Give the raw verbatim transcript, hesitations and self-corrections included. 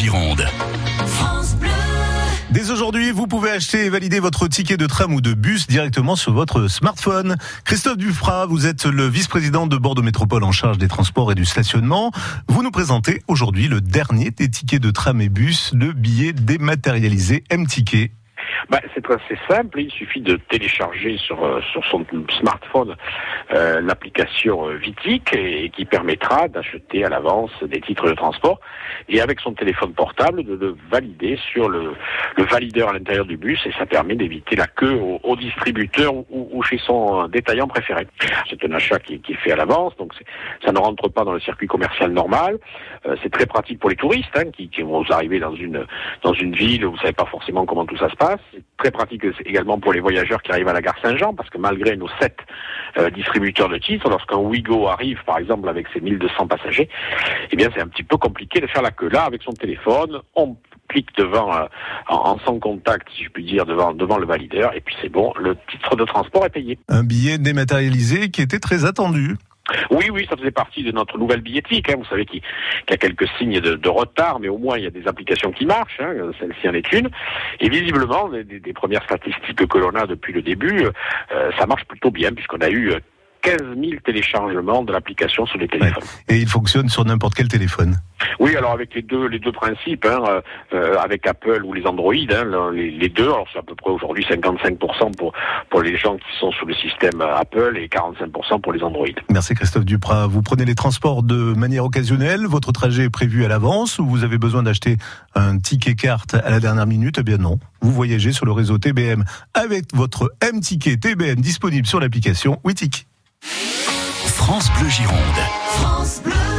Gironde. France Bleu. Dès aujourd'hui, vous pouvez acheter et valider votre ticket de tram ou de bus directement sur votre smartphone. Christophe Dufrat, vous êtes le vice-président de Bordeaux Métropole en charge des transports et du stationnement. Vous nous présentez aujourd'hui le dernier des tickets de tram et bus, le billet dématérialisé M-Ticket. Bah, c'est assez simple, il suffit de télécharger sur, euh, sur son smartphone euh, l'application euh, Vitic et, et qui permettra d'acheter à l'avance des titres de transport et avec son téléphone portable de le valider sur le, le valideur à l'intérieur du bus et ça permet d'éviter la queue au, au distributeur ou, ou chez son détaillant préféré. C'est un achat qui, qui est fait à l'avance, donc c'est, ça ne rentre pas dans le circuit commercial normal. Euh, c'est très pratique pour les touristes hein, qui, qui vont arriver dans une, dans une ville où vous ne savez pas forcément comment tout ça se passe. C'est très pratique également pour les voyageurs qui arrivent à la gare Saint-Jean, parce que malgré nos sept euh, distributeurs de titres, lorsqu'un Ouigo arrive, par exemple, avec ses mille deux cents passagers, eh bien, c'est un petit peu compliqué de faire la queue. Là, avec son téléphone, on clique devant, euh, en, en sans contact, si je puis dire, devant, devant le valideur, et puis c'est bon, le titre de transport est payé. Un billet dématérialisé qui était très attendu. Oui, oui, ça faisait partie de notre nouvelle billettique. Hein. Vous savez qu'il, qu'il y a quelques signes de, de retard, mais au moins il y a des applications qui marchent. Hein. Celle-ci en est une. Et visiblement, des, des premières statistiques que l'on a depuis le début, euh, ça marche plutôt bien, puisqu'on a eu quinze mille téléchargements de l'application sur les téléphones. Ouais. Et il fonctionne sur n'importe quel téléphone. Oui, alors avec les deux, les deux principes, hein, euh, avec Apple ou les Android, hein, les, les deux. Alors c'est à peu près aujourd'hui cinquante-cinq pour cent pour pour les gens qui sont sous le système Apple et quarante-cinq pour cent pour les Android. Merci Christophe Duprat. Vous prenez les transports de manière occasionnelle. Votre trajet est prévu à l'avance ou vous avez besoin d'acheter un ticket carte à la dernière minute? Eh bien non. Vous voyagez sur le réseau T B M avec votre M-Ticket T B M disponible sur l'application Witic. France Bleu Gironde. France Bleu.